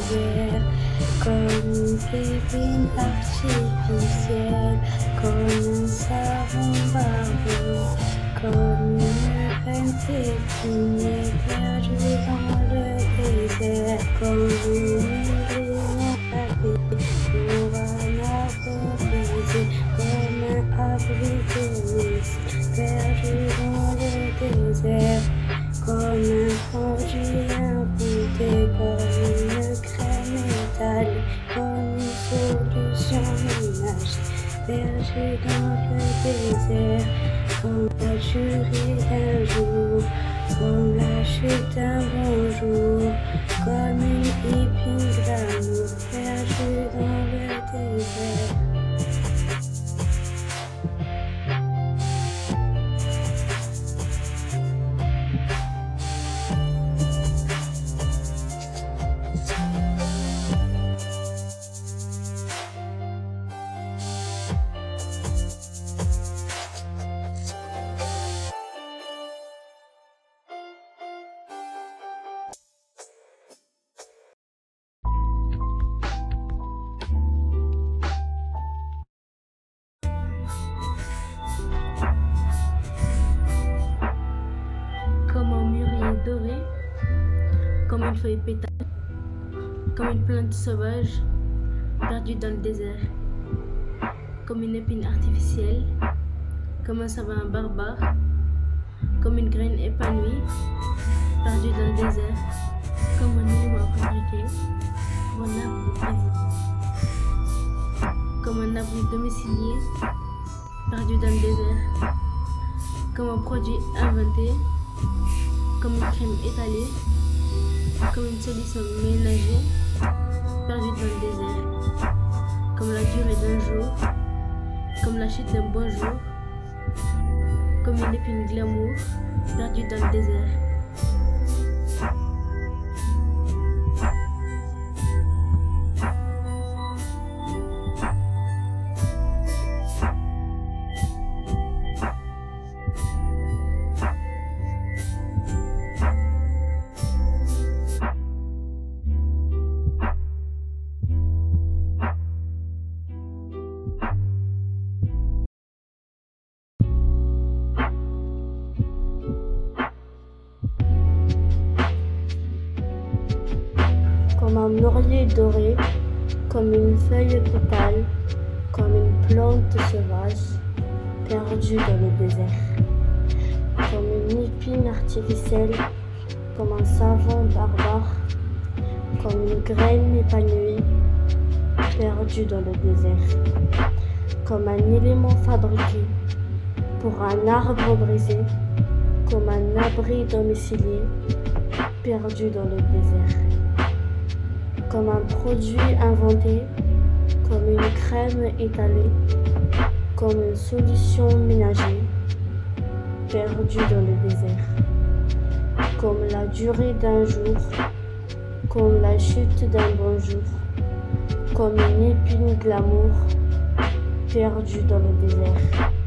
désert, comme une pépine artificielle, comme un savon barbeux, comme une graine épinée perdue dans le désert, comme une élément tapé pour un arbre brisé, comme un abri de missile perdu dans le désert, comme un produit inventé, comme une crème étalée, comme une solution ménagère perdue dans le désert, comme la durée d'un jour, comme la chute d'un bonjour, comme une épine d'amour perdue dans le désert. Comme un mûrier doré, comme une feuille pétale, comme une plante sauvage perdue dans le désert, comme une épine artificielle, comme un savin barbare, comme une graine épanouie perdue dans le désert, comme un élément fabriqué pour un arbre brisé, comme un abri domicilié perdu dans le désert, comme un produit inventé, comme une crème étalée, comme une solution ménagère perdue dans le désert, comme la durée d'un jour, comme la chute d'un bon jour, comme une épine glamour perdue dans le désert. Comme un mûrier doré, comme une feuille pétale, comme une plante sauvage perdue dans le désert, comme une épine artificielle, comme un savon barbare, comme une graine épanouie perdue dans le désert, comme un élément fabriqué pour un arbre brisé, comme un abri domicilié perdu dans le désert, comme un produit inventé, comme une crème étalée, comme une solution ménagère perdue dans le désert, comme la durée d'un jour, comme la chute d'un bon jour, comme une épine glamour perdue dans le désert.